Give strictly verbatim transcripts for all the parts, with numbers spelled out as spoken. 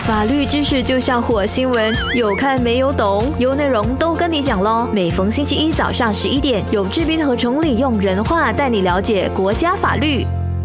法律知识就像火星文，有看没有懂，有内容都跟你讲咯。每逢星期一早上十一点，有志斌和崇礼用人话带你了解国家法律。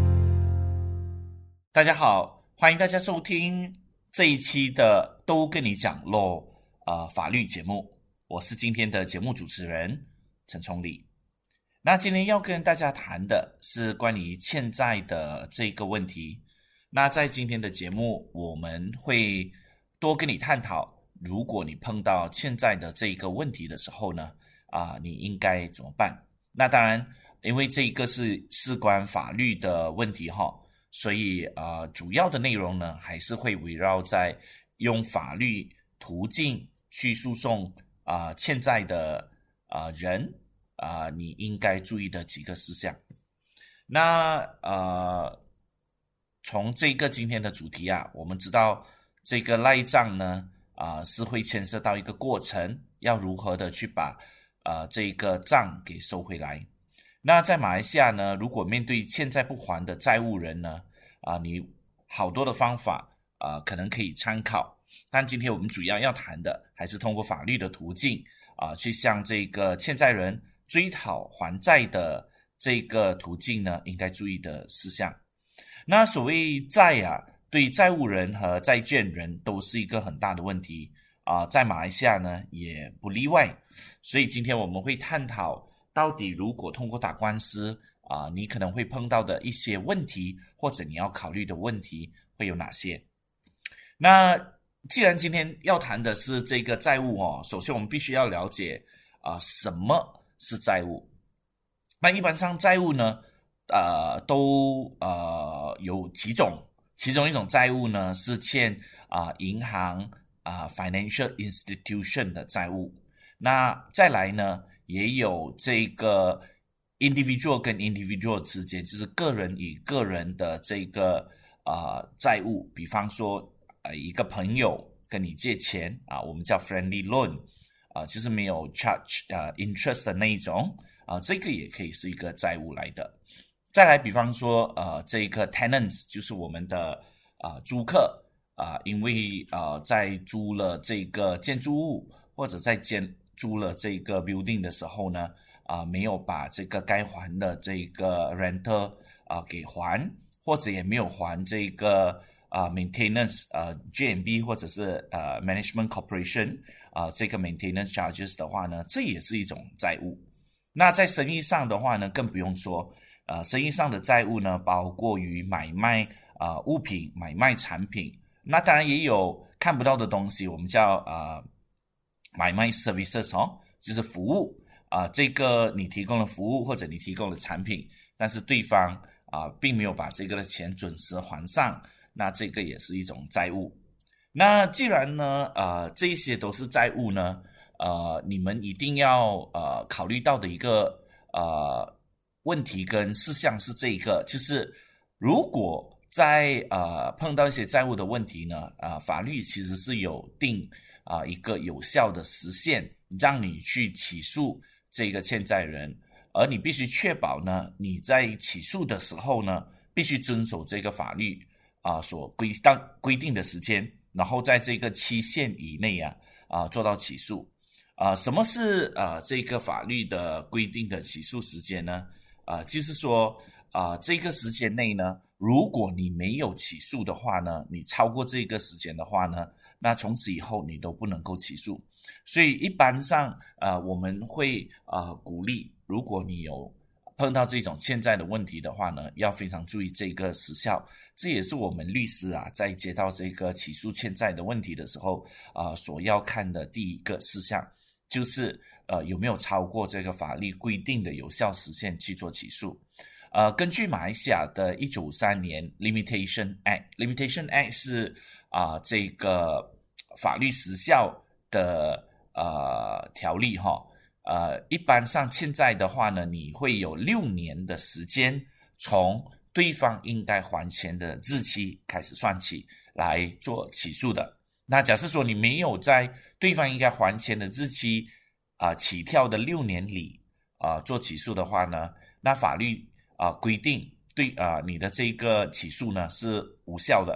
大家好，欢迎大家收听这一期的都跟你讲咯呃法律节目，我是今天的节目主持人陈崇礼。那今天要跟大家谈的是关于欠债的这个问题。那在今天的节目，我们会多跟你探讨，如果你碰到欠债的这个问题的时候呢，啊，你应该怎么办？那当然，因为这一个是事关法律的问题哈，所以啊，主要的内容呢，还是会围绕在用法律途径去诉讼啊欠债的啊人啊，你应该注意的几个事项。那呃。从这个今天的主题啊，我们知道这个赖账呢，啊、呃、是会牵涉到一个过程，要如何的去把呃这个账给收回来。那在马来西亚呢，如果面对欠债不还的债务人呢，啊、呃、你好多的方法啊、呃、可能可以参考，但今天我们主要要谈的还是通过法律的途径啊、呃、去向这个欠债人追讨还债的这个途径呢，应该注意的事项。那所谓债啊，对债务人和债权人都是一个很大的问题啊、呃，在马来西亚呢也不例外。所以今天我们会探讨，到底如果通过打官司啊、呃，你可能会碰到的一些问题，或者你要考虑的问题会有哪些？那既然今天要谈的是这个债务哦，首先我们必须要了解啊、呃，什么是债务？那一般上债务呢？呃，都呃有几种，其中一种债务呢是欠啊、呃、银行啊、呃、financial institution 的债务。那再来呢，也有这个 individual 跟 individual 之间，就是个人与个人的这个啊、呃、债务，比方说呃一个朋友跟你借钱啊、呃，我们叫 friendly loan 啊、呃，就是没有 charge 啊、呃、interest 的那一种啊、呃，这个也可以是一个债务来的。再来比方说呃这个 tenants 就是我们的啊、呃、租客啊、呃、因为呃在租了这个建筑物或者在建租了这个 building 的时候呢啊、呃、没有把这个该还的这个 renter 啊、呃、给还，或者也没有还这个啊、呃、maintenance 呃 J M B 或者是呃 management corporation 啊、呃、这个 maintenance charges 的话呢，这也是一种债务。那在生意上的话呢，更不用说呃，生意上的债务呢，包括于买卖啊、呃、物品、买卖产品。那当然也有看不到的东西，我们叫呃买卖 services 哦，就是服务啊、呃。这个你提供了服务或者你提供了产品，但是对方啊、呃、并没有把这个的钱准时还上，那这个也是一种债务。那既然呢呃这些都是债务呢，呃你们一定要呃考虑到的一个呃。问题跟事项是这一个，就是如果在呃碰到一些债务的问题呢，啊、呃、法律其实是有定啊、呃、一个有效的时限，让你去起诉这个欠债人，而你必须确保呢你在起诉的时候呢，必须遵守这个法律啊、呃、所规当规定的时间，然后在这个期限以内啊啊、呃、做到起诉啊、呃。什么是呃这个法律的规定的起诉时间呢？啊、呃，就是说啊、呃，这个时间内呢，如果你没有起诉的话呢，你超过这个时间的话呢，那从此以后你都不能够起诉。所以一般上，呃，我们会啊、呃、鼓励，如果你有碰到这种欠债的问题的话呢，要非常注意这个时效。这也是我们律师啊，在接到这个起诉欠债的问题的时候啊、呃，所要看的第一个事项，就是呃，有没有超过这个法律规定的有效时限去做起诉？呃，根据马来西亚的一九五三年 Limitation Act，Limitation Act 是啊、呃、这个法律时效的呃条例哈。呃，一般上欠债的话呢，你会有六年的时间，从对方应该还钱的日期开始算起来做起诉的。那假设说你没有在对方应该还钱的日期啊、呃、起跳的六年里啊、呃、做起诉的话呢，那法律啊、呃、规定对啊、呃、你的这个起诉呢是无效的，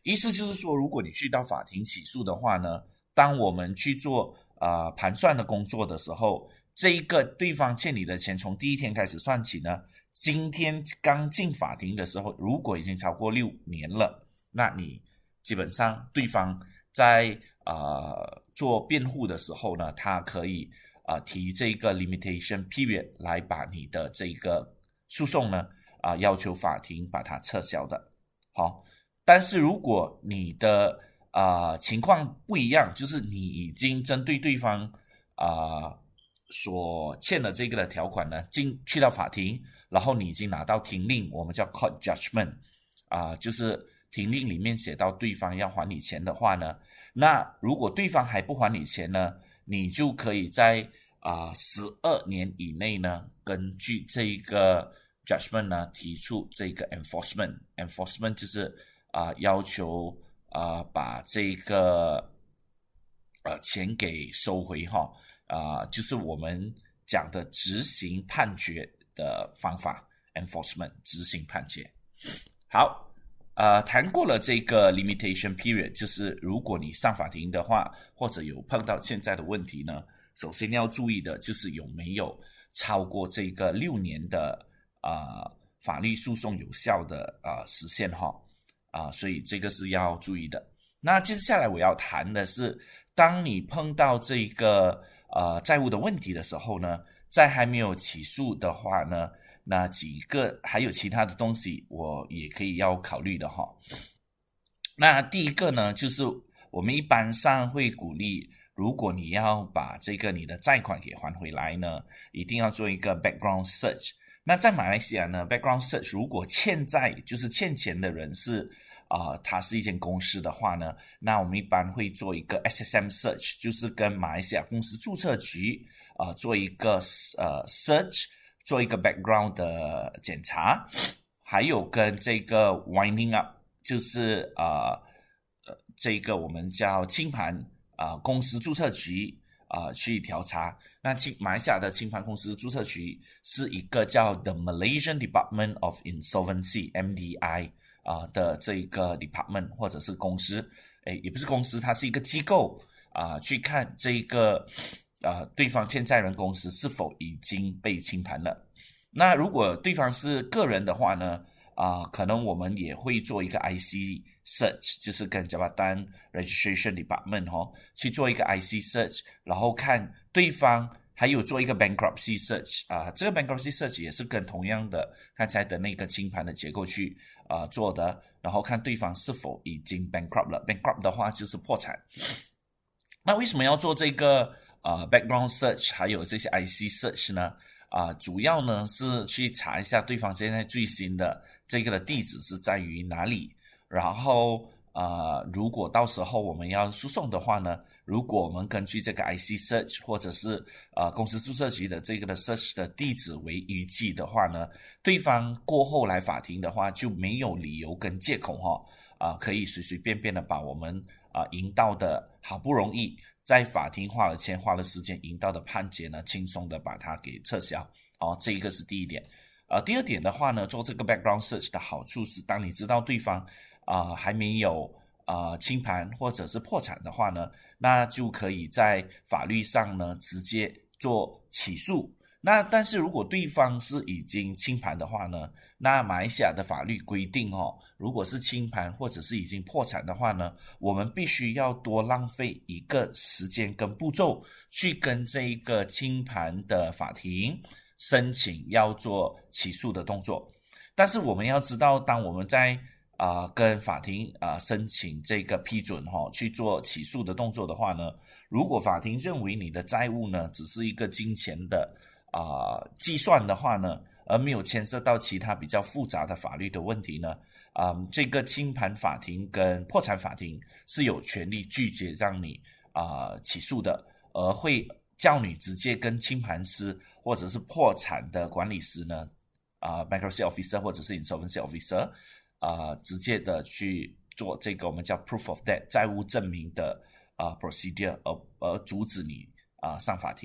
意思就是说，如果你去到法庭起诉的话呢，当我们去做呃盘算的工作的时候，这一个对方欠你的钱从第一天开始算起呢，今天刚进法庭的时候，如果已经超过六年了，那你基本上对方在呃做辩护的时候呢，他可以呃提这个 limitation period 来把你的这个诉讼呢啊、呃、要求法庭把它撤销的。好，但是如果你的呃情况不一样，就是你已经针对对方啊、呃、所欠的这个的条款呢，进去到法庭，然后你已经拿到庭令，我们叫 court judgment 啊、呃，就是庭令里面写到对方要还你钱的话呢，那如果对方还不还你钱呢，你就可以在啊十二年以内呢，根据这个 judgment 呢提出这个 enforcement enforcement 就是啊、呃、要求啊、呃、把这个呃钱给收回哈啊、呃、就是我们讲的执行判决的方法 enforcement 执行判决。好。呃，谈过了这个 limitation period， 就是如果你上法庭的话，或者有碰到现在的问题呢，首先要注意的就是有没有超过这个六年的呃法律诉讼有效的呃时限哈啊、呃，所以这个是要注意的。那接下来我要谈的是，当你碰到这个呃债务的问题的时候呢，在还没有起诉的话呢，那几个还有其他的东西我也可以要考虑的哈。那第一个呢，就是我们一般上会鼓励，如果你要把这个你的债款给还回来呢，一定要做一个 background search。那在马来西亚呢 background search 如果欠债就是欠钱的人是啊、呃，它是一间公司的话呢，那我们一般会做一个 S S M search， 就是跟马来西亚公司注册局啊、呃、做一个呃 search。做一个 background 的检查，还有跟这个 winding up， 就是呃呃这个我们叫清盘啊、呃、公司注册局啊、呃、去调查。那清马来西亚的清盘公司注册局是一个叫 The Malaysian Department of Insolvency M D I 啊、呃、的这个 department 或者是公司，诶也不是公司，它是一个机构啊、呃、去看这个。呃，对方欠债人公司是否已经被清盘了？那如果对方是个人的话呢？啊、呃，可能我们也会做一个 I C search， 就是跟 Jabatan Registration Department 哦去做一个 I C search， 然后看对方还有做一个 bankruptcy search 啊、呃，这个 bankruptcy search 也是跟同样的刚才的那个清盘的结构去啊、呃、做的，然后看对方是否已经 bankrupt 了 ，bankrupt 的话就是破产。那为什么要做这个？呃 background search 还有这些 I C search 呢啊、呃，主要呢是去查一下对方现在最新的这个的地址是在于哪里，然后呃，如果到时候我们要诉讼的话呢，如果我们根据这个 I C search 或者是呃公司注册局的这个的 search 的地址为依据的话呢，对方过后来法庭的话就没有理由跟借口哈啊、呃，可以随随便便的把我们啊、呃、赢到的好不容易在法庭花了钱花了时间赢到的判决呢，轻松的把它给撤销。哦，这一个是第一点。呃，第二点的话呢，做这个 background search 的好处是，当你知道对方啊、呃、还没有啊、呃、清盘或者是破产的话呢，那就可以在法律上呢直接做起诉。那但是如果对方是已经清盘的话呢，那马来西亚的法律规定哦，如果是清盘或者是已经破产的话呢，我们必须要多浪费一个时间跟步骤去跟这一个清盘的法庭申请要做起诉的动作。但是我们要知道，当我们在啊、呃、跟法庭啊、呃、申请这个批准哈、哦、去做起诉的动作的话呢，如果法庭认为你的债务呢只是一个金钱的啊、呃、计算的话呢，而没有牵涉到其他比较复杂的法律的问题呢，啊、呃、这个清盘法庭跟破产法庭是有权利拒绝让你啊、呃、起诉的，而会叫你直接跟清盘师或者是破产的管理师呢啊、呃、bankruptcy officer 或者是 insolvency officer 啊、呃、直接的去做这个我们叫 proof of debt 债务证明的啊、呃、procedure， 而而阻止你啊、呃、上法庭。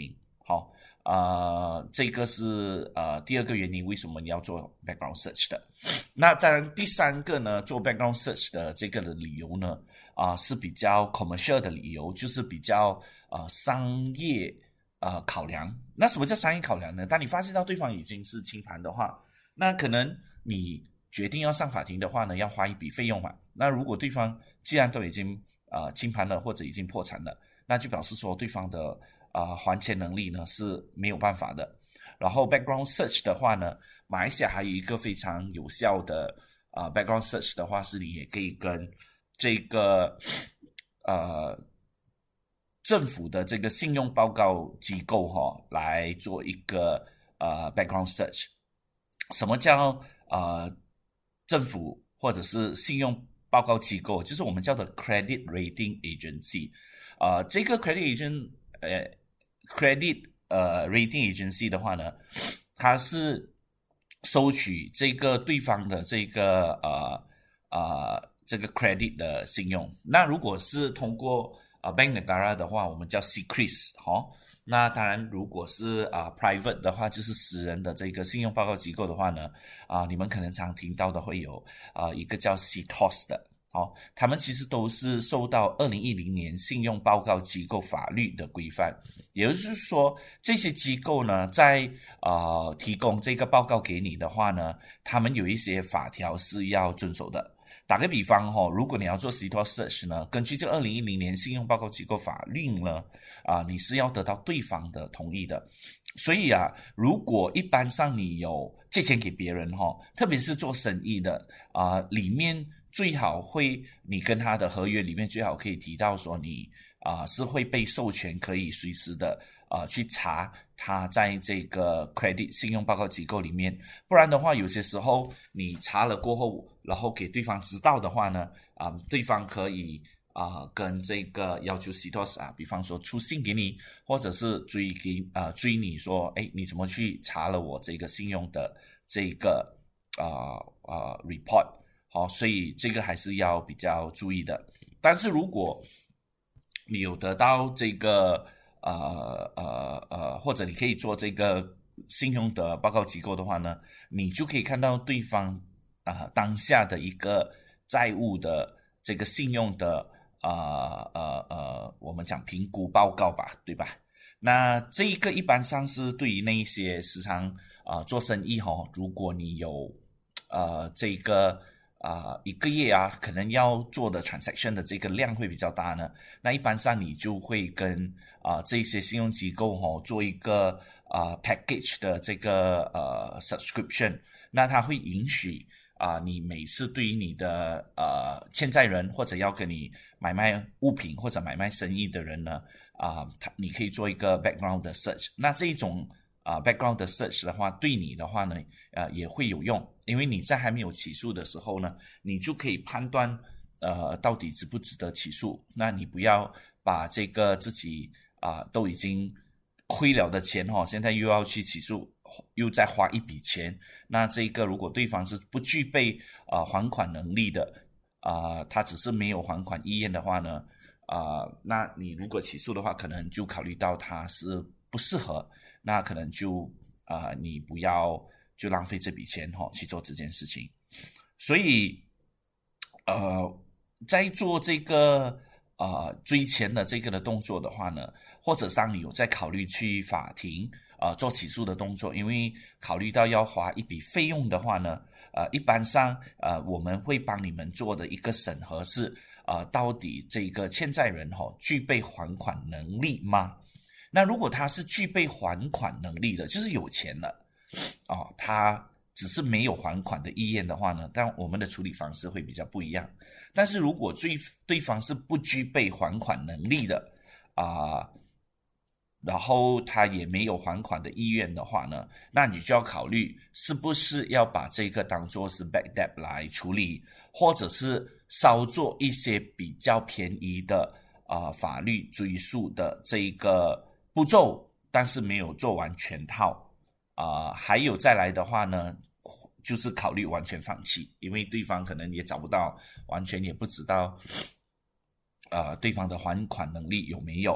好，呃，这个是呃第二个原因，为什么你要做 background search 的。那当然，第三个呢，做 background search 的这个的理由呢，啊、呃、是比较 commercial 的理由，就是比较呃商业呃考量。那什么叫商业考量呢？当你发现到对方已经是清盘的话，那可能你决定要上法庭的话呢，要花一笔费用嘛。那如果对方既然都已经呃清盘了或者已经破产了，那就表示说对方的啊、呃、还钱能力呢是没有办法的。然后 background search 的话呢，马来西亚还有一个非常有效的啊、呃、background search 的话，是你也可以跟这个呃政府的这个信用报告机构哈、哦、来做一个呃 background search。什么叫呃政府或者是信用报告机构？就是我们叫的 credit rating agency。呃，这个 credit agent 呃 credit 呃 rating agency 的话呢，它是收取这个对方的这个呃呃这个 credit 的信用。那如果是通过呃 Bank Negara 的话，我们叫 C R I S 哦。那当然，如果是啊、呃、private 的话，就是私人的这个信用报告机构的话呢，啊、呃、你们可能常听到的会有啊、呃、一个叫 C T O S 的。哦，他们其实都是受到二零一零年信用报告机构法律的规范，也就是说，这些机构呢，在呃提供这个报告给你的话呢，他们有一些法条是要遵守的。打个比方哈、哦，如果你要做 C T O S search 呢，根据这二零一零年信用报告机构法律呢，啊、呃，你是要得到对方的同意的。所以啊，如果一般上你有借钱给别人哈、哦，特别是做生意的啊、呃，里面最好会你跟他的合约里面最好可以提到说你啊、呃、是会被授权可以随时的啊、呃、去查他在这个 credit 信用报告机构里面，不然的话有些时候你查了过后，然后给对方知道的话呢，啊、呃、对方可以啊、呃、跟这个要求 C T O S 啊，比方说出信给你，或者是追给啊、呃、追你说，哎，你怎么去查了我这个信用的这个啊啊、呃呃、report。好，所以这个还是要比较注意的。但是如果你有得到这个呃呃呃，或者你可以做这个信用的报告机构的话呢，你就可以看到对方啊、呃、当下的一个债务的这个信用的呃呃呃，我们讲评估报告吧，对吧？那这一个一般上是对于那一些时常啊、呃、做生意哈、哦，如果你有呃这个。啊、呃，一个月啊，可能要做的 transaction 的这个量会比较大呢。那一般上你就会跟啊、呃、这些信用机构哦做一个啊、呃、package 的这个呃 subscription。那它会允许啊、呃、你每次对于你的呃欠债人或者要跟你买卖物品或者买卖生意的人呢啊、呃，他你可以做一个 background 的 search。那这一种啊、呃、background 的 search 的话，对你的话呢，呃也会有用，因为你在还没有起诉的时候呢，你就可以判断呃到底值不值得起诉。那你不要把这个自己啊、呃、都已经亏了的钱哈、哦，现在又要去起诉，又再花一笔钱。那这个如果对方是不具备啊、呃、还款能力的啊、呃，他只是没有还款意愿的话呢啊、呃，那你如果起诉的话，可能就考虑到他是不适合。那可能就啊、呃，你不要就浪费这笔钱哈、哦、去做这件事情。所以呃，在做这个呃追钱的这个的动作的话呢，或者当你有在考虑去法庭啊、呃、做起诉的动作，因为考虑到要花一笔费用的话呢，呃，一般上呃我们会帮你们做的一个审核是呃到底这个欠债人哈、哦、具备还款能力吗？那如果他是具备还款能力的，就是有钱了哦，他只是没有还款的意愿的话呢，但我们的处理方式会比较不一样。但是如果对对方是不具备还款能力的啊、呃，然后他也没有还款的意愿的话呢，那你就要考虑是不是要把这个当作是 bad debt 来处理，或者是稍做一些比较便宜的啊、呃、法律追诉的这一个步骤，但是没有做完全套啊、呃，还有再来的话呢，就是考虑完全放弃，因为对方可能也找不到，完全也不知道，呃，对方的还款能力有没有，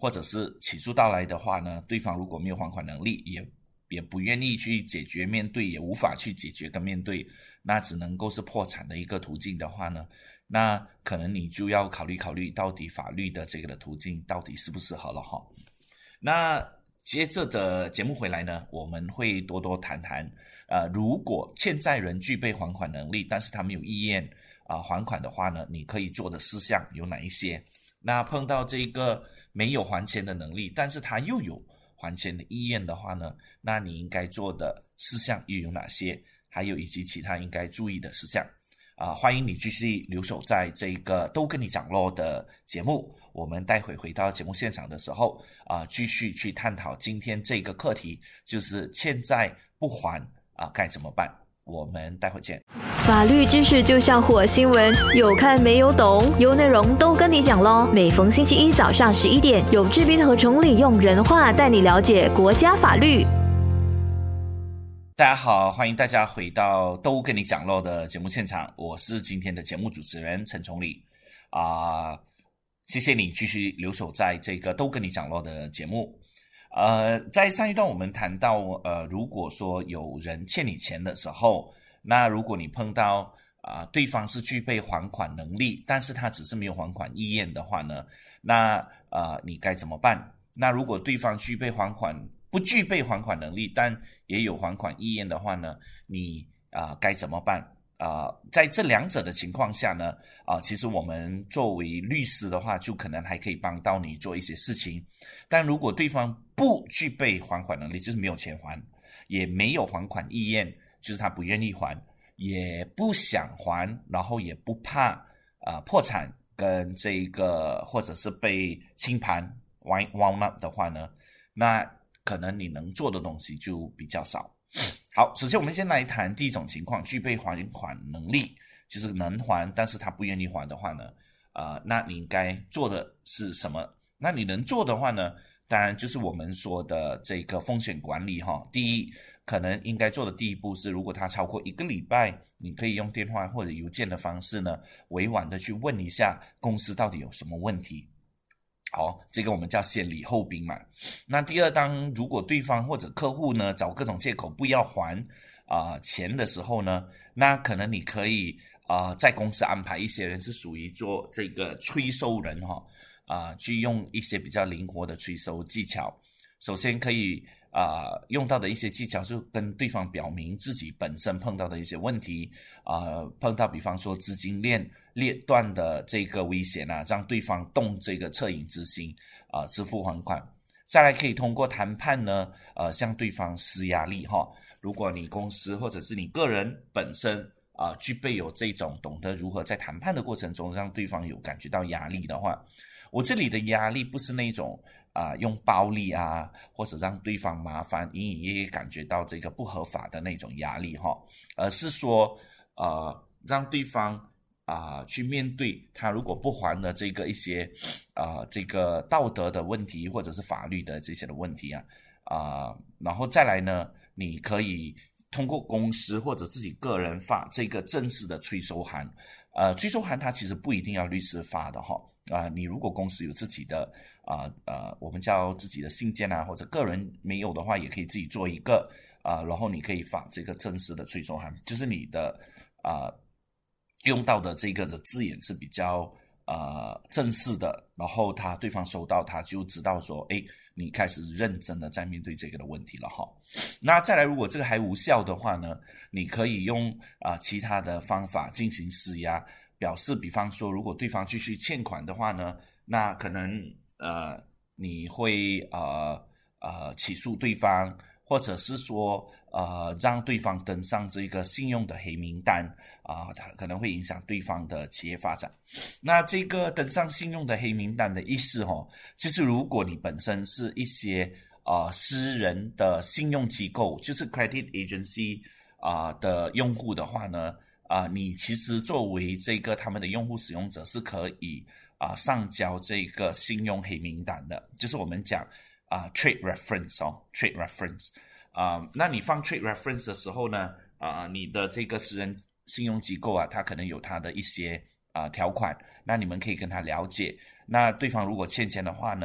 或者是起诉到来的话呢，对方如果没有还款能力，也也不愿意去解决面对，也无法去解决跟面对，那只能够是破产的一个途径的话呢，那可能你就要考虑考虑到底法律的这个的途径到底适不适合了哈。那接着的节目回来呢，我们会多多谈谈呃，如果欠债人具备还款能力，但是他没有意愿啊、呃、还款的话呢，你可以做的事项有哪一些？那碰到这个没有还钱的能力，但是他又有还钱的意愿的话呢，那你应该做的事项又有哪些？还有以及其他应该注意的事项啊、呃，欢迎你继续留守在这个都跟你讲咯的节目。我们待会回到节目现场的时候啊、呃，继续去探讨今天这个课题，就是欠债不还啊、呃、该怎么办？我们待会见。 法律知识就像火星文，有看没有懂，有内容都跟你讲咯。每逢星期一早上十一点，有志斌和崇礼用人话带你了解国家法律。 大家好，欢迎大家回到都跟你讲咯的节目现场，我是今天的节目主持人陈崇礼啊、呃，谢谢你继续留守在这个都跟你讲咯的节目。呃，在上一段我们谈到，呃，如果说有人欠你钱的时候，那如果你碰到啊、呃、对方是具备还款能力，但是他只是没有还款意愿的话呢，那呃你该怎么办？那如果对方具备还款不具备还款能力，但也有还款意愿的话呢，你啊、呃、该怎么办？啊、呃，在这两者的情况下呢，啊、呃，其实我们作为律师的话，就可能还可以帮到你做一些事情。但如果对方不具备还款能力，就是没有钱还，也没有还款意愿，就是他不愿意还，也不想还，然后也不怕啊、呃、破产跟这个或者是被清盘 wound up 的话呢，那可能你能做的东西就比较少。好，首先我们先来谈第一种情况，具备还款能力，就是能还，但是他不愿意还的话呢，呃，那你应该做的是什么？那你能做的话呢，当然就是我们说的这个风险管理哈。第一，可能应该做的第一步是，如果他超过一个礼拜，你可以用电话或者邮件的方式呢，委婉的去问一下公司到底有什么问题。好，这个我们叫先礼后兵嘛。那第二，当如果对方或者客户呢找各种借口不要还啊、呃、钱的时候呢，那可能你可以啊、呃、在公司安排一些人是属于做这个催收人哈啊、呃，去用一些比较灵活的催收技巧。首先可以啊、呃、用到的一些技巧是跟对方表明自己本身碰到的一些问题啊、呃，碰到比方说资金链裂断的这个危险啊，让对方动这个恻隐之心啊、呃，支付还款。再来可以通过谈判呢，呃，向对方施压力哈。如果你公司或者是你个人本身啊、呃，具备有这种懂得如何在谈判的过程中让对方有感觉到压力的话，我这里的压力不是那种啊、呃、用暴力啊，或者让对方麻烦，隐隐约约感觉到这个不合法的那种压力哈，而是说呃让对方啊、呃，去面对他如果不还的这个一些啊、呃，这个道德的问题或者是法律的这些的问题啊啊、呃，然后再来呢，你可以通过公司或者自己个人发这个正式的催收函。呃，催收函它其实不一定要律师发的哈啊、呃，你如果公司有自己的啊 呃, 呃，我们叫自己的信件啊，或者个人没有的话，也可以自己做一个啊、呃，然后你可以发这个正式的催收函，就是你的啊。呃用到的这个的字眼是比较呃正式的，然后他对方收到他就知道说，诶，你开始认真的在面对这个的问题了哈。那再来，如果这个还无效的话呢，你可以用啊、呃、其他的方法进行施压，表示比方说，如果对方继续欠款的话呢，那可能呃你会呃呃起诉对方。或者是说，呃，让对方登上这个信用的黑名单啊，它、呃、可能会影响对方的企业发展。那这个登上信用的黑名单的意思哦，就是如果你本身是一些呃私人的信用机构，就是 credit agency 啊、呃、的用户的话呢，啊、呃，你其实作为这个他们的用户使用者是可以啊、呃、上交这个信用黑名单的，就是我们讲。啊、uh, ，trade reference 哦 ，trade reference 啊、uh, ，那你放 trade reference 的时候呢，啊、uh, ，你的这个私人信用机构啊，它可能有它的一些啊、uh, 条款，那你们可以跟他了解。那对方如果欠钱的话呢，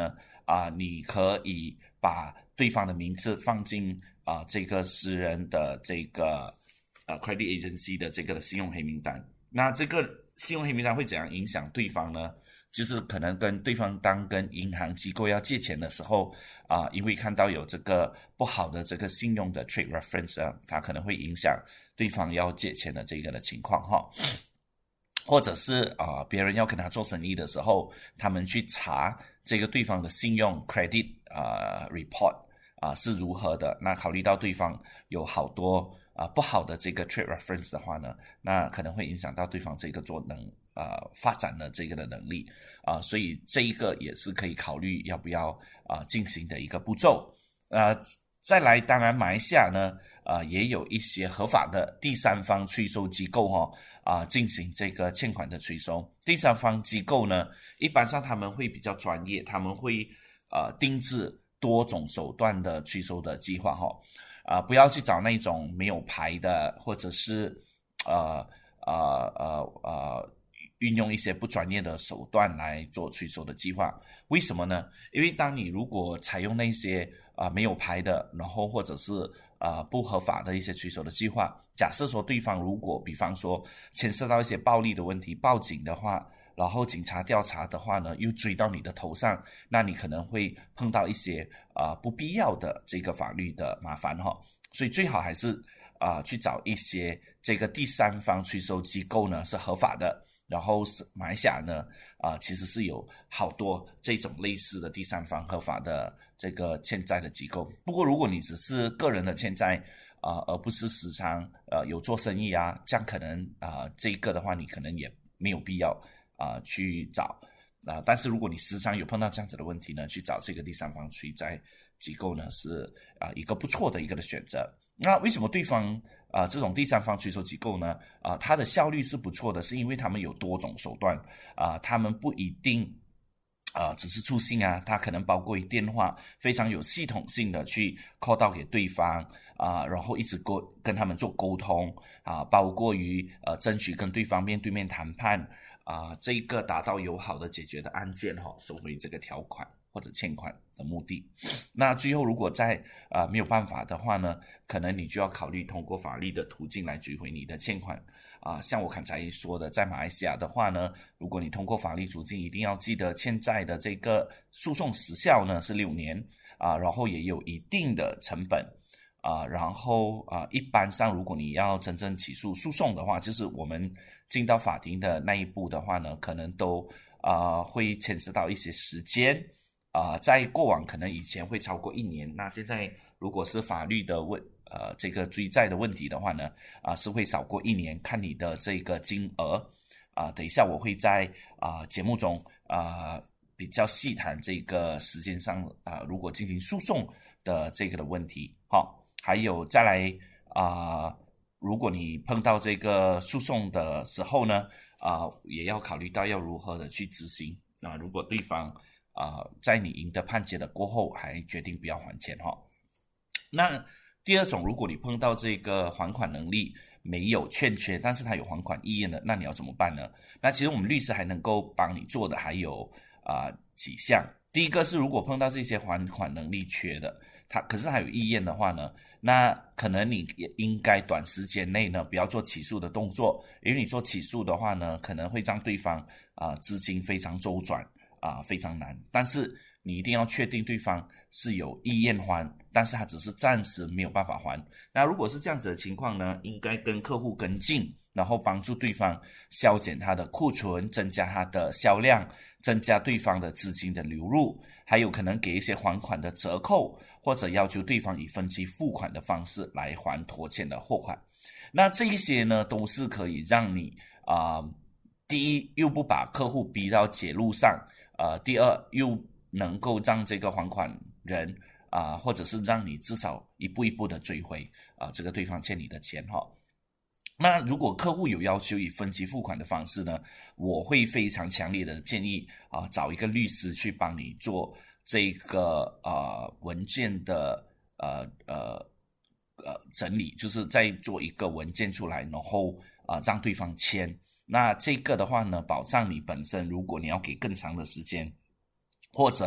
啊、你可以把对方的名字放进啊、这个私人的这个呃 credit agency 的这个信用黑名单。那这个信用黑名单会怎样影响对方呢？就是可能跟对方当跟银行机构要借钱的时候啊、因为看到有这个不好的这个信用的 trade reference 啊，它可能会影响对方要借钱的这个的情况哈。或者是啊、呃，别人要跟他做生意的时候，他们去查这个对方的信用 credit 啊、呃、report 啊、呃、是如何的。那考虑到对方有好多啊、呃、不好的这个 trade reference 的话呢，那可能会影响到对方这个做能呃发展的这个的能力啊、呃，所以这一个也是可以考虑要不要啊、呃、进行的一个步骤。呃，再来，当然马来西亚呢，呃，也有一些合法的第三方催收机构哈、哦，啊、呃，进行这个欠款的催收。第三方机构呢，一般上他们会比较专业，他们会呃定制多种手段的催收的计划哈、哦，啊、呃，不要去找那种没有牌的，或者是呃呃呃呃运用一些不专业的手段来做催收的计划。为什么呢？因为当你如果采用那些啊、呃、没有牌的，然后或者是啊、呃、不合法的一些催收的计划，假设说对方如果比方说牵涉到一些暴力的问题，报警的话，然后警察调查的话呢，又追到你的头上，那你可能会碰到一些啊、呃、不必要的这个法律的麻烦哈。所以最好还是啊、呃、去找一些这个第三方催收机构呢是合法的。然后是马来西亚呢，啊、呃，其实是有好多这种类似的第三方合法的这个欠债的机构。不过，如果你只是个人的欠债啊、呃，而不是时常呃有做生意啊，这样可能啊、呃、这个的话，你可能也没有必要啊、呃、去找啊、呃。但是如果你时常有碰到这样子的问题呢，去找这个第三方催债机构呢，是啊、呃、一个不错的一个的选择。那为什么对方啊、呃、这种第三方催收机构呢啊、呃、它的效率是不错的，是因为他们有多种手段啊、呃、他们不一定啊、呃、只是出信啊，它可能包括于电话，非常有系统性的去 call 到给对方啊、呃、然后一直沟跟他们做沟通啊、呃、包括于呃争取跟对方面对面谈判啊、呃、这一个达到友好的解决的案件哈、哦，收回这个条款或者欠款的目的。那最后如果在啊、呃、没有办法的话呢，可能你就要考虑通过法律的途径来追回你的欠款啊、呃。像我刚才说的，在马来西亚的话呢，如果你通过法律途径，一定要记得欠债的这个诉讼时效呢是六年啊、呃，然后也有一定的成本啊、呃，然后啊、呃，一般上如果你要真正起诉诉讼的话，就是我们进到法庭的那一步的话呢，可能都啊、呃、会牵涉到一些时间。啊、呃，在过往可能以前会超过一年，那现在如果是法律的问呃这个追债的问题的话呢，啊、呃、是会少过一年，看你的这个金额啊、呃。等一下我会在啊、呃、节目中啊、呃、比较细谈这个时间上啊、呃、如果进行诉讼的这个的问题。好、哦，还有再来啊、呃，如果你碰到这个诉讼的时候呢，啊、呃、也要考虑到要如何的去执行啊、呃。如果对方啊、呃，在你赢得判决的过后，还决定不要还钱哈、哦。那第二种，如果你碰到这个还款能力没有欠缺，但是他有还款意愿的，那你要怎么办呢？那其实我们律师还能够帮你做的还有啊、呃、几项。第一个是，如果碰到这些还款能力缺的，他可是还有意愿的话呢，那可能你也应该短时间内呢不要做起诉的动作，因为你做起诉的话呢，可能会让对方啊、呃、资金非常周转。啊、呃，非常难，但是你一定要确定对方是有意愿还，但是他只是暂时没有办法还。那如果是这样子的情况呢，应该跟客户跟进，然后帮助对方削减他的库存，增加他的销量，增加对方的资金的流入，还有可能给一些还款的折扣，或者要求对方以分期付款的方式来还拖欠的货款。那这一些呢，都是可以让你啊、呃，第一又不把客户逼到绝路上。呃，第二又能够让这个还款人啊、呃，或者是让你至少一步一步的追回啊、呃，这个对方欠你的钱哈。那如果客户有要求以分期付款的方式呢，我会非常强烈的建议啊、呃，找一个律师去帮你做这个呃文件的呃呃呃整理，就是再做一个文件出来，然后啊、呃、让对方签。那这个的话呢，保障你本身，如果你要给更长的时间，或者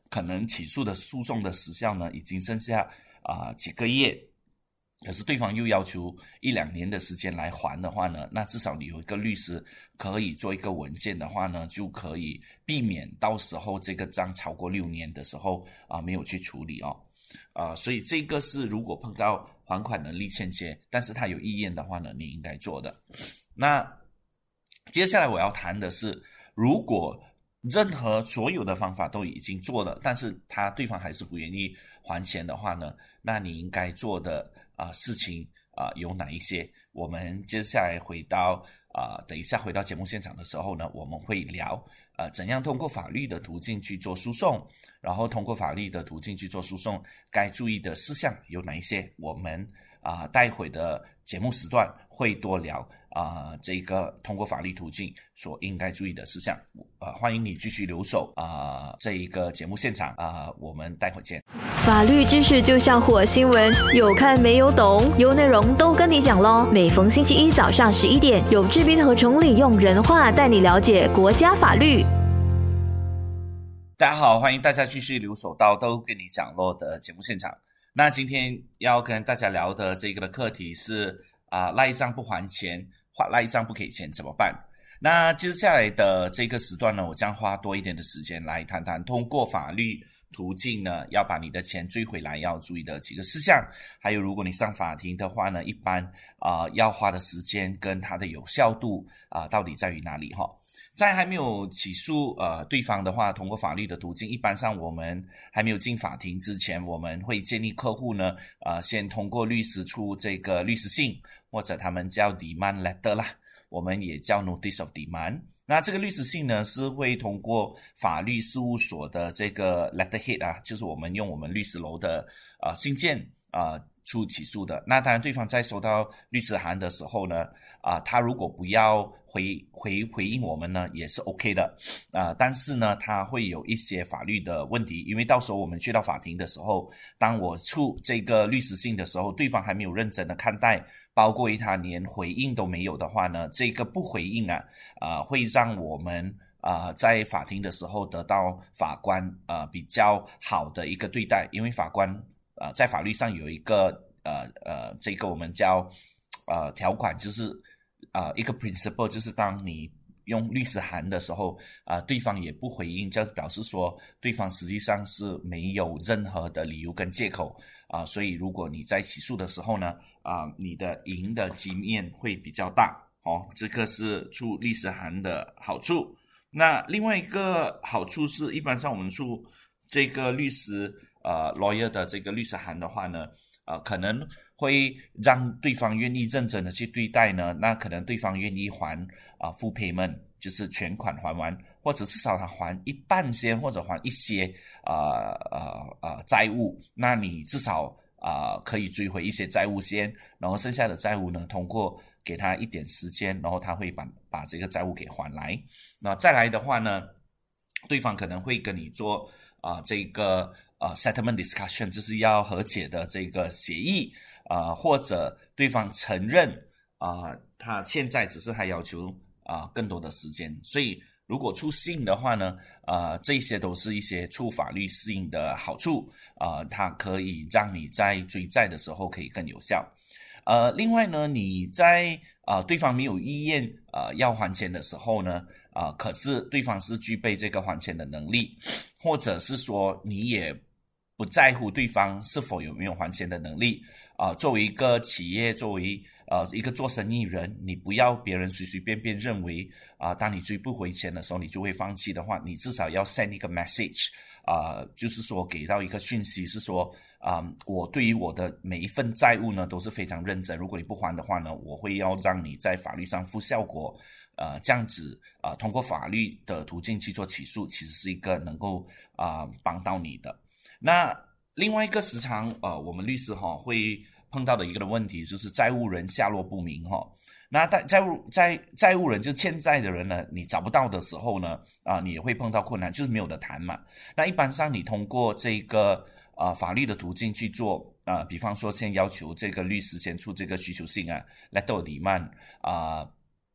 可能起诉的诉讼的时效呢已经剩下啊、呃、几个月，可是对方又要求一两年的时间来还的话呢，那至少你有一个律师可以做一个文件的话呢，就可以避免到时候这个账超过六年的时候啊、呃、没有去处理哦。啊、呃，所以这个是如果碰到还款能力欠缺，但是他有意愿的话呢，你应该做的。那接下来我要谈的是，如果任何所有的方法都已经做了，但是他对方还是不愿意还钱的话呢，那你应该做的啊、呃、事情啊、呃、有哪一些？我们接下来回到啊、呃、等一下回到节目现场的时候呢，我们会聊呃怎样通过法律的途径去做诉讼，然后通过法律的途径去做诉讼该注意的事项有哪一些？我们啊、呃、待会的节目时段会多聊啊、呃、这个通过法律途径所应该注意的事项。呃，欢迎你继续留守啊、呃、这一个节目现场啊、呃，我们待会见。 法律知识就像火星文，有看没有懂，有内容都跟你讲咯。每逢星期一早上十一点，有志斌和崇礼用人话带你了解国家法律。 大家好，欢迎大家继续留守到都跟你讲咯的节目现场。那今天要跟大家聊的这个的课题是啊、呃，赖账不还钱，赖账不给钱怎么办？那接下来的这个时段呢，我将花多一点的时间来谈谈通过法律途径呢，要把你的钱追回来要注意的几个事项，还有如果你上法庭的话呢，一般啊、呃、要花的时间跟它的有效度啊、呃、到底在于哪里哈？在还没有起诉呃对方的话，通过法律的途径，一般上我们还没有进法庭之前，我们会建议客户呢，呃，先通过律师出这个律师信，或者他们叫 demand letter 啦，我们也叫 notice of demand。那这个律师信呢，是会通过法律事务所的这个 letterhead 啊，就是我们用我们律师楼的呃信件啊、呃、出起诉的。那当然，对方在收到律师函的时候呢，啊、呃，他如果不要回回回应我们呢，也是 OK 的啊、呃。但是呢，他会有一些法律的问题，因为到时候我们去到法庭的时候，当我出这个律师信的时候，对方还没有认真的看待，包括他连回应都没有的话呢，这个不回应啊，啊、呃，会让我们啊、呃、在法庭的时候得到法官啊、呃、比较好的一个对待，因为法官啊、呃、在法律上有一个呃呃这个我们叫呃条款，就是啊、呃、一个 principle， 就是当你用律师函的时候啊、呃，对方也不回应，就表示说对方实际上是没有任何的理由跟借口啊、呃，所以如果你在起诉的时候呢啊、呃，你的赢的机面会比较大哦，这个是出律师函的好处。那另外一个好处是，一般上我们出这个律师呃 lawyer 的这个律师函的话呢，呃，可能会让对方愿意认真的去对待呢，那可能对方愿意还啊、呃、full payment， 就是全款还完，或者至少他还一半先，或者还一些呃呃呃债务，那你至少啊、呃、可以追回一些债务先，然后剩下的债务呢，通过给他一点时间，然后他会把把这个债务给还来。那再来的话呢，对方可能会跟你做啊、呃、这个呃 settlement discussion， 就是要和解的这个协议。啊、呃，或者对方承认啊、呃，他现在只是还要求啊、呃、更多的时间，所以如果出信的话呢，呃，这些都是一些出法律信的好处，呃，它可以让你在追债的时候可以更有效。呃，另外呢，你在呃对方没有意愿呃要还钱的时候呢，啊、呃，可是对方是具备这个还钱的能力，或者是说你也不在乎对方是否有没有还钱的能力。啊、呃，作为一个企业，作为呃一个做生意人，你不要别人随随便便认为啊、呃，当你追不回钱的时候，你就会放弃的话，你至少要 send 一个 message， 啊、呃，就是说给到一个讯息，是说啊、呃，我对于我的每一份债务呢都是非常认真，如果你不还的话呢，我会要让你在法律上负效果，呃，这样子啊、呃，通过法律的途径去做起诉，其实是一个能够啊、呃、帮到你的。那另外一个时常呃，我们律师哈会碰到的一个的问题就是债务人下落不明哈。那债务债债务人就是欠债的人呢，你找不到的时候呢，啊、呃，你也会碰到困难，就是没有得谈嘛。那一般上你通过这个呃法律的途径去做啊、呃，比方说先要求这个律师先出这个需求信啊，letter of demand啊。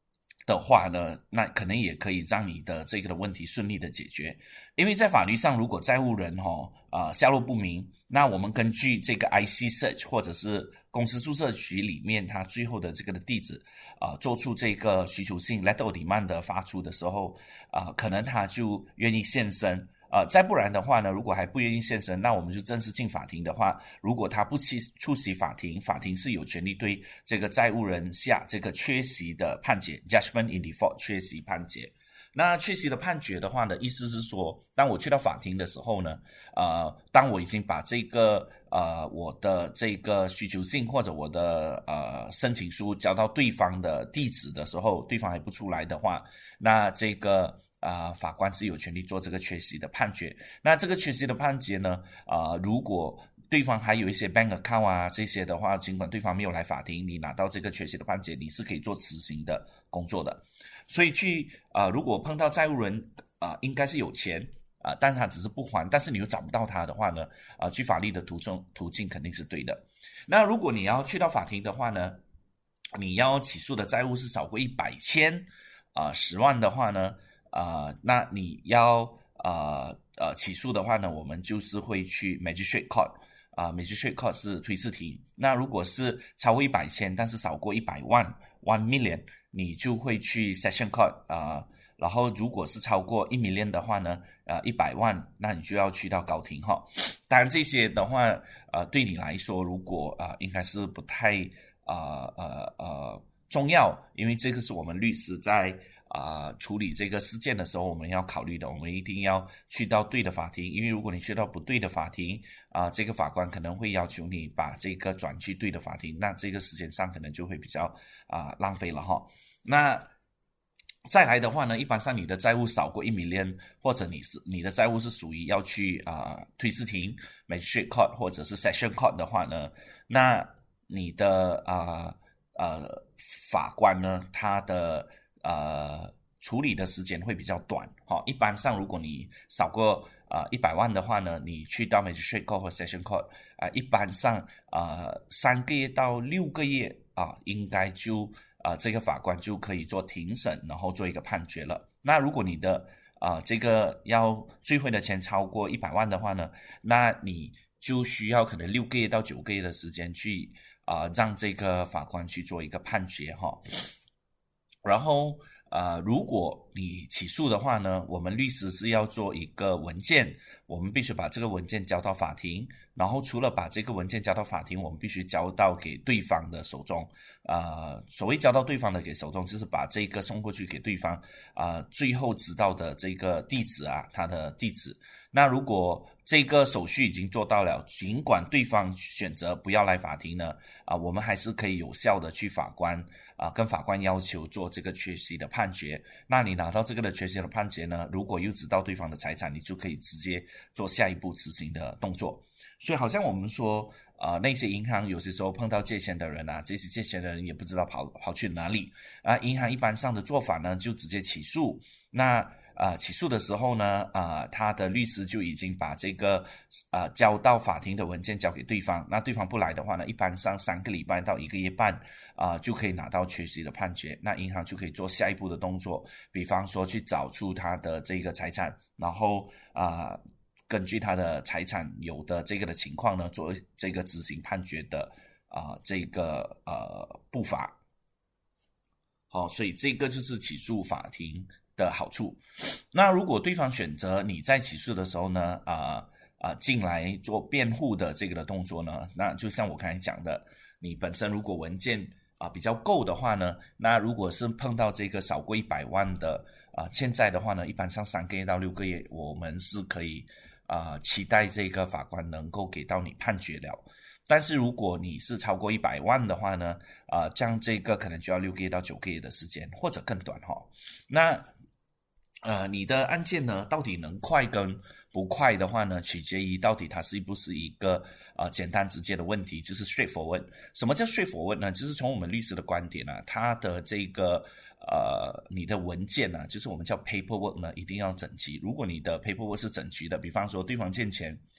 的话呢，那可能也可以让你的这个的问题顺利的解决。因为在法律上，如果债务人哦啊下落不明，那我们根据这个 I C Search 或者是公司注册局里面它最后的这个的地址啊、呃，做出这个需求性 letter of demand 的发出的时候啊、呃，可能他就愿意现身。呃，再不然的话呢，如果还不愿意现身，那我们就正式进法庭的话，如果他不出出席法庭，法庭是有权利对这个债务人下这个缺席的判决 judgment in default 缺席判决。那缺席的判决的话呢，意思是说，当我去到法庭的时候呢，呃，当我已经把这个呃我的这个需求信或者我的呃申请书交到对方的地址的时候，对方还不出来的话，那这个啊、呃，法官是有权利做这个缺席的判决。那这个缺席的判决呢，啊、呃，如果对方还有一些 bank account 啊这些的话，尽管对方没有来法庭，你拿到这个缺席的判决，你是可以做执行的工作的。所以去啊、呃，如果碰到债务人啊、呃，应该是有钱啊、呃，但是他只是不还，但是你又找不到他的话呢，啊、呃，去法律的途中途径肯定是对的。那如果你要去到法庭的话呢，你要起诉的债务是少过一百千啊十万的话呢？呃，那你要呃呃起诉的话呢，我们就是会去 Magistrate Court 啊、呃、，Magistrate Court 是推事庭。那如果是超过一百千，但是少过一百万 one million， 你就会去 Session Court 啊、呃。然后如果是超过一 million 的话呢，呃一百万，那你就要去到高庭哈。当然这些的话，呃对你来说，如果啊、呃、应该是不太呃呃呃重要，因为这个是我们律师在。啊、呃，处理这个事件的时候，我们要考虑的，我们一定要去到对的法庭，因为如果你去到不对的法庭，啊、呃，这个法官可能会要求你把这个转去对的法庭，那这个时间上可能就会比较啊、呃、浪费了哈。那再来的话呢，一般上你的债务少过一 million， 或者你是你的债务是属于要去啊、呃、推事庭 Magistrate Court 或者是 Session Court 的话呢，那你的啊 呃, 呃法官呢，他的呃，处理的时间会比较短，哈、哦。一般上，如果你少过呃一百万的话呢，你去到 Magistrate Court 或 Session Court，啊、呃，一般上呃三个月到六个月啊、呃，应该就啊、呃、这个法官就可以做庭审，然后做一个判决了。那如果你的啊、呃、这个要追回的钱超过一百万的话呢，那你就需要可能六个月到九个月的时间去啊、呃、让这个法官去做一个判决哈。哦然后，呃，如果你起诉的话呢，我们律师是要做一个文件，我们必须把这个文件交到法庭。然后，除了把这个文件交到法庭，我们必须交到给对方的手中。呃，所谓交到对方的给手中，就是把这个送过去给对方。啊、呃，最后知道的这个地址啊，他的地址。那如果这个手续已经做到了，尽管对方选择不要来法庭呢，啊、呃，我们还是可以有效的去法官啊、呃，跟法官要求做这个缺席的判决。那你拿到这个的缺席的判决呢，如果又知道对方的财产，你就可以直接做下一步执行的动作。所以好像我们说，呃，那些银行有些时候碰到借钱的人啊，这些借钱的人也不知道跑跑去哪里啊、呃，银行一般上的做法呢，就直接起诉。那呃，起诉的时候呢，呃，他的律师就已经把这个呃交到法庭的文件交给对方。那对方不来的话呢，一般上三个礼拜到一个月半，啊、呃，就可以拿到缺席的判决。那银行就可以做下一步的动作，比方说去找出他的这个财产，然后啊、呃，根据他的财产有的这个的情况呢，做这个执行判决的啊、呃、这个呃步伐。好、哦，所以这个就是起诉法庭的好处。那如果对方选择你在起诉的时候呢，啊、呃、啊进来做辩护的这个的动作呢，那就像我刚才讲的，你本身如果文件啊、呃、比较够的话呢，那如果是碰到这个少过一百万的啊、呃、欠债的话呢，一般上三个月到六个月，我们是可以啊、呃、期待这个法官能够给到你判决了。但是如果你是超过一百万的话呢，啊、呃，这样这个可能就要六个月到九个月的时间，或者更短哈、哦。那呃，你的案件呢，到底能快跟不快的话呢，取决于到底它是不是一个呃简单直接的问题，就是 straightforward。什么叫 straightforward 呢？就是从我们律师的观点啊，它的这个呃你的文件呢，就是我们叫 paperwork 呢，一定要整齐。如果你的 paperwork 是整齐的，比方说对方欠钱。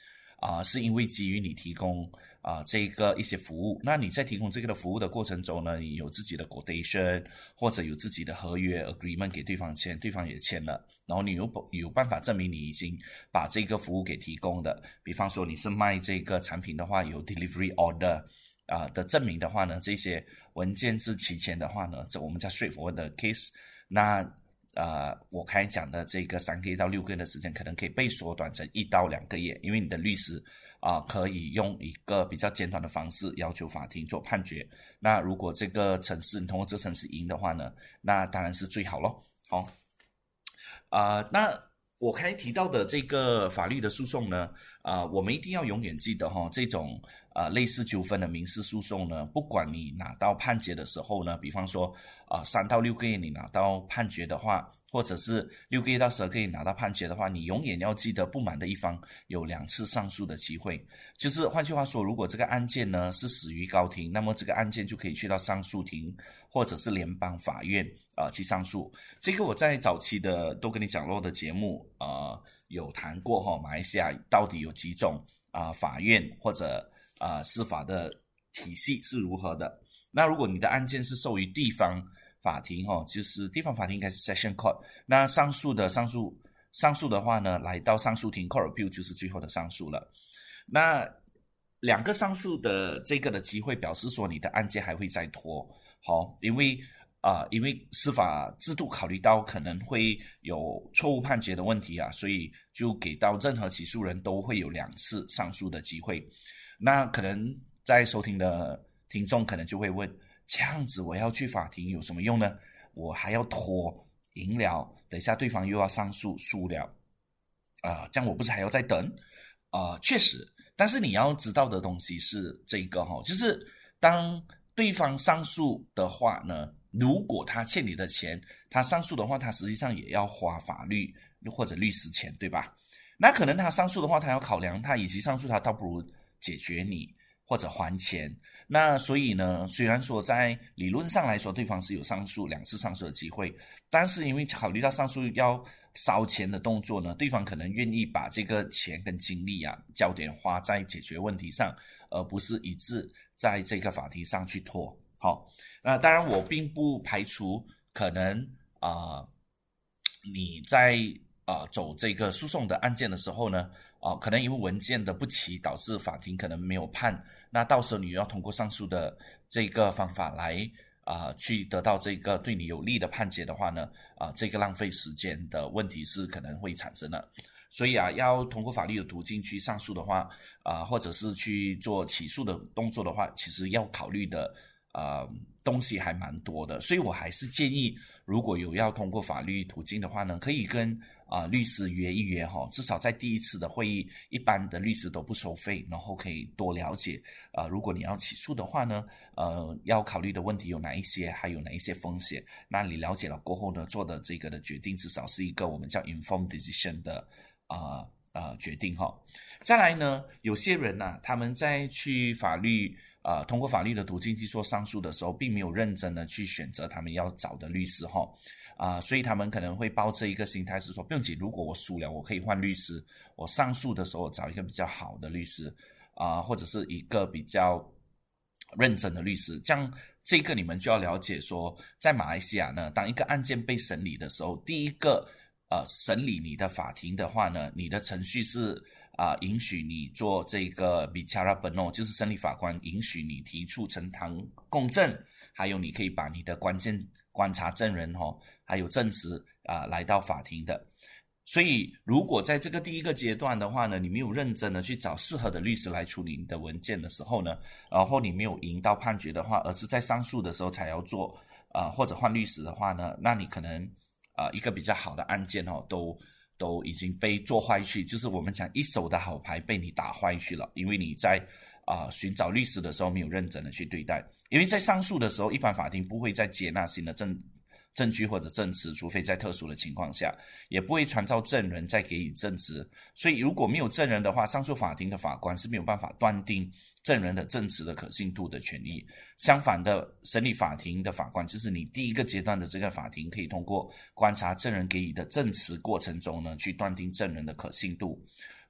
啊、呃，是因为基于你提供啊、呃、这个一些服务，那你在提供这个的服务的过程中呢，你有自己的 quotation 或者有自己的合约 agreement 给对方签，对方也签了，然后你有有办法证明你已经把这个服务给提供的，比方说你是卖这个产品的话，有 delivery order 啊、呃、的证明的话呢，这些文件是齐全的话呢，这我们叫 straightforward 的 case， 那呃，我刚才讲的这个三个月到六个月的时间，可能可以被缩短成一到两个月，因为你的律师啊、呃、可以用一个比较简短的方式要求法庭做判决。那如果这个程式你通过这个程式赢的话呢，那当然是最好咯。好、哦，啊、呃，那我刚才提到的这个法律的诉讼呢，啊、呃，我们一定要永远记得哈、哦，这种呃类似纠纷的民事诉讼呢，不管你拿到判决的时候呢，比方说啊、呃、三到六个月你拿到判决的话，或者是六个月到十二个月拿到判决的话，你永远要记得不满的一方有两次上诉的机会。就是换句话说，如果这个案件呢是死于高庭，那么这个案件就可以去到上诉庭或者是联邦法院啊、呃、去上诉。这个我在早期的都跟你讲过的节目呃有谈过哈、哦，马来西亚到底有几种啊、呃、法院或者啊、呃、司法的体系是如何的。那如果你的案件是受于地方法庭哦，就是地方法庭应该是 Session Court， 那上诉的上诉上诉的话呢，来到上诉庭 Court Appeal 就是最后的上诉了。那两个上诉的这个的机会表示说你的案件还会再拖，好、哦，因为啊、呃，因为司法制度考虑到可能会有错误判决的问题啊，所以就给到任何起诉人都会有两次上诉的机会。那可能在收听的听众可能就会问，这样子我要去法庭有什么用呢？我还要拖赢了，等一下对方又要上诉输了啊、呃，这样我不是还要再等啊、呃？确实，但是你要知道的东西是这个哈、哦，就是当对方上诉的话呢，如果他欠你的钱，他上诉的话，他实际上也要花法律或者律师钱，对吧？那可能他上诉的话，他要考量他与其上诉，他倒不如解决你或者还钱。那所以呢，虽然说在理论上来说对方是有上诉两次上诉的机会，但是因为考虑到上诉要烧钱的动作呢，对方可能愿意把这个钱跟精力啊焦点花在解决问题上，而不是一致在这个法庭上去拖。好，那当然我并不排除可能啊、呃，你在啊、呃、走这个诉讼的案件的时候呢，啊、呃、可能因为文件的不齐导致法庭可能没有判，那到时候你要通过上诉的这个方法来啊、呃、去得到这个对你有利的判决的话呢，啊、呃、这个浪费时间的问题是可能会产生的。所以啊，要通过法律的途径去上诉的话，啊、呃、或者是去做起诉的动作的话，其实要考虑的呃东西还蛮多的。所以我还是建议，如果有要通过法律途径的话呢，可以跟啊、呃、律师约一约哈，至少在第一次的会议，一般的律师都不收费，然后可以多了解啊、呃、如果你要起诉的话呢，呃要考虑的问题有哪一些，还有哪一些风险，那你了解了过后呢，做的这个的决定至少是一个我们叫 informed decision 的啊呃, 呃决定哈。再来呢，有些人呢、啊，他们在去法律呃通过法律的途径去做上诉的时候，并没有认真的去选择他们要找的律师哈。啊、呃，所以他们可能会抱着一个心态是说，不用紧，如果我输了，我可以换律师。我上诉的时候，我找一个比较好的律师啊、呃，或者是一个比较认真的律师。这样，这个你们就要了解说，在马来西亚呢，当一个案件被审理的时候，第一个呃审理你的法庭的话呢，你的程序是啊、呃、允许你做这个 bicara penuh， 就是审理法官允许你提出呈堂供证，还有你可以把你的关键观察证人哦，还有证词啊、呃、来到法庭的。所以如果在这个第一个阶段的话呢，你没有认真的去找适合的律师来处理你的文件的时候呢，然后你没有赢到判决的话，而是在上诉的时候才要做啊、呃、或者换律师的话呢，那你可能啊、呃、一个比较好的案件哦都都已经被做坏去，就是我们讲一手的好牌被你打坏去了，因为你在啊、呃、寻找律师的时候没有认真的去对待。因为在上诉的时候，一般法庭不会再接纳新的证证据或者证词，除非在特殊的情况下，也不会传召证人再给予证词。所以如果没有证人的话，上诉法庭的法官是没有办法断定证人的证词的可信度的权利。相反的，审理法庭的法官，就是你第一个阶段的这个法庭，可以通过观察证人给予的证词过程中呢，去断定证人的可信度。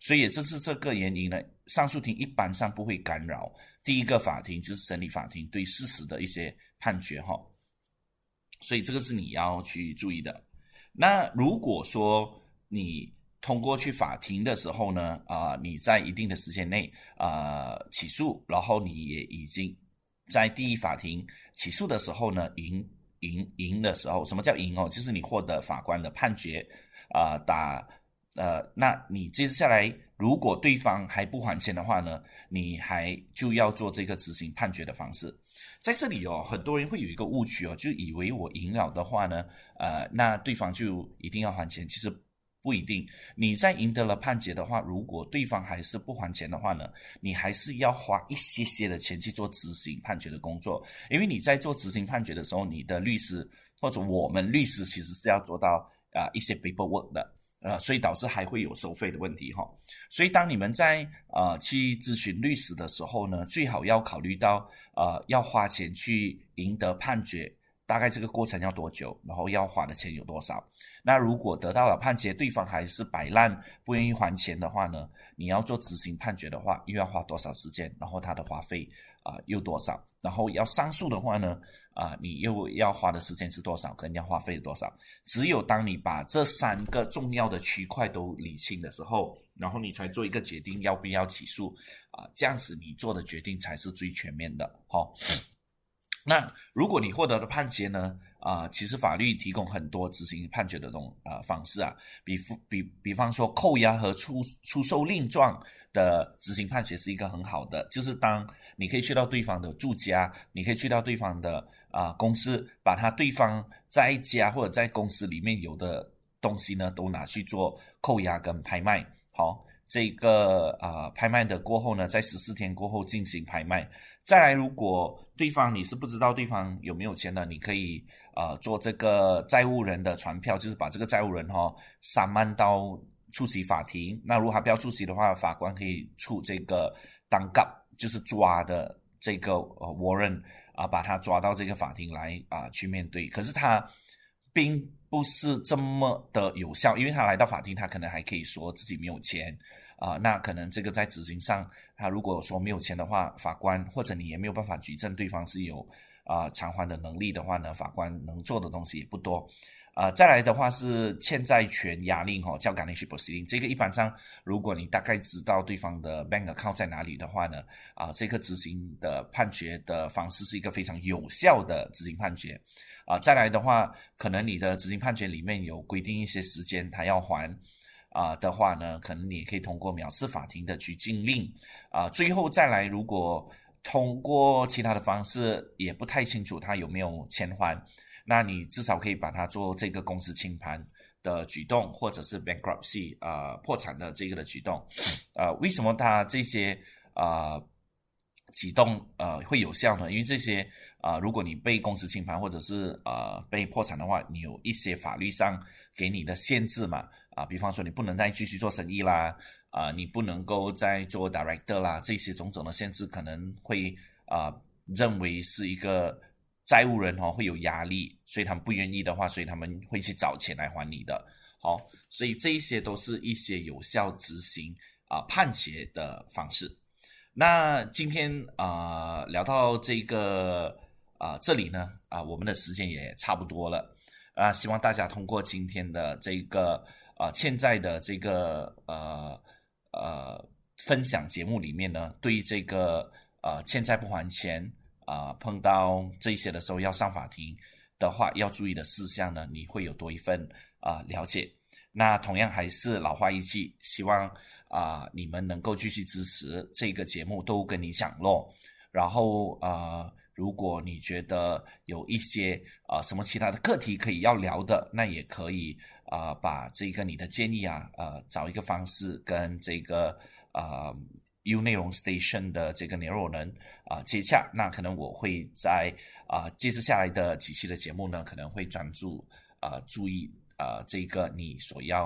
所以也正是这个原因呢，上诉庭一般上不会干扰第一个法庭，就是审理法庭对事实的一些判决哈。所以这个是你要去注意的。那如果说你通过去法庭的时候呢，啊、呃，你在一定的时间内啊、呃、起诉，然后你也已经在第一法庭起诉的时候呢，赢赢赢的时候，什么叫赢哦？就是你获得法官的判决啊、呃，打呃，那你接下来如果对方还不还钱的话呢，你还就要做这个执行判决的方式。在这里哦，很多人会有一个误区哦，就以为我赢了的话呢，呃，那对方就一定要还钱，其实不一定。你在赢得了判决的话，如果对方还是不还钱的话呢，你还是要花一些些的钱去做执行判决的工作，因为你在做执行判决的时候，你的律师或者我们律师其实是要做到啊、呃、一些 paperwork 的。呃，所以导致还会有收费的问题哈。所以当你们在呃去咨询律师的时候呢，最好要考虑到呃要花钱去赢得判决，大概这个过程要多久，然后要花的钱有多少。那如果得到了判决，对方还是摆烂不愿意还钱的话呢，你要做执行判决的话，又要花多少时间，然后它的花费啊、呃、又多少，然后要上诉的话呢啊、呃，你又要花的时间是多少，跟要花费多少。只有当你把这三个重要的区块都理清的时候，然后你才做一个决定要不要起诉啊、呃，这样子你做的决定才是最全面的齁。那如果你获得的判决呢啊、呃，其实法律提供很多执行判决的这种啊、呃、方式啊，比比比方说扣押和出出售令状的执行判决是一个很好的，就是当你可以去到对方的住家，你可以去到对方的啊、呃、公司，把他对方在家或者在公司里面有的东西呢都拿去做扣押跟拍卖。好，这个啊、呃、拍卖的过后呢，在十四天过后进行拍卖。再来，如果对方你是不知道对方有没有钱的，你可以呃做这个债务人的传票，就是把这个债务人哈、哦、三慢到出席法庭。那如果他不要出席的话，法官可以出这个当告，就是抓的这个呃 warrant 啊、呃，把他抓到这个法庭来啊、呃、去面对。可是他并不是这么的有效，因为他来到法庭，他可能还可以说自己没有钱。啊、呃，那可能这个在执行上，他如果说没有钱的话，法官或者你也没有办法举证对方是有啊、呃、偿还的能力的话呢，法官能做的东西也不多。呃，再来的话是欠债权押令哈，叫 garnishment proceeding。这个一般上，如果你大概知道对方的 bank account 在哪里的话呢，啊、呃，这个执行的判决的方式是一个非常有效的执行判决。啊、呃，再来的话，可能你的执行判决里面有规定一些时间他要还。啊、呃、的话呢，可能你也可以通过藐视法庭的拘禁令啊、呃，最后再来，如果通过其他的方式也不太清楚他有没有欠还，那你至少可以把它做这个公司清盘的举动，或者是 bankruptcy 呃破产的这个的举动。呃，为什么他这些呃举动呃会有效呢？因为这些啊、呃，如果你被公司清盘或者是呃被破产的话，你有一些法律上给你的限制嘛。啊，比方说你不能再继续做生意啦，啊，你不能够再做 director 啦，这些种种的限制可能会啊认为是一个债务人哦会有压力，所以他们不愿意的话，所以他们会去找钱来还你的。好，所以这一些都是一些有效执行啊判决的方式。那今天啊、呃、聊到这个啊、呃、这里呢啊、呃、我们的时间也差不多了啊、呃，希望大家通过今天的这个啊、呃、欠债的这个呃呃分享节目里面呢，对这个呃欠债不还钱啊、呃、碰到这些的时候要上法庭的话要注意的事项呢，你会有多一份啊、呃、了解。那同样还是老话一句，希望啊、呃、你们能够继续支持这个节目，都跟你讲咯。然后呃如果你觉得有一些啊、呃、什么其他的课题可以要聊的，那也可以啊、呃、把这个你的建议啊呃找一个方式跟这个呃 U 内容 Station 的这个联络人啊、呃、接洽。那可能我会在啊、呃、接着下来的几期的节目呢，可能会专注啊、呃、注意啊、呃、这个你所要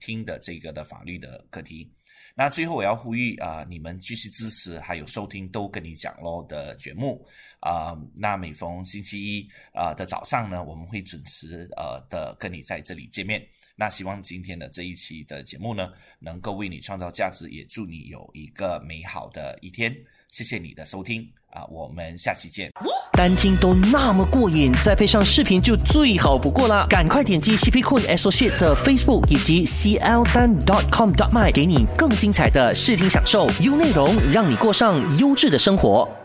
听的这个的法律的课题。那最后我要呼吁啊、呃，你们继续支持还有收听都跟你讲咯的节目啊、呃。那每逢星期一啊、呃、的早上呢，我们会准时呃的跟你在这里见面。那希望今天的这一期的节目呢，能够为你创造价值，也祝你有一个美好的一天。谢谢你的收听啊、呃，我们下期见。 单听都那么过瘾，再配上视频就最好不过啦！赶快点击 C P Kun Associate 的 Facebook 以及 c l dan dot com dot my 给你更精彩的视听享受，优内容让你过上优质的生活。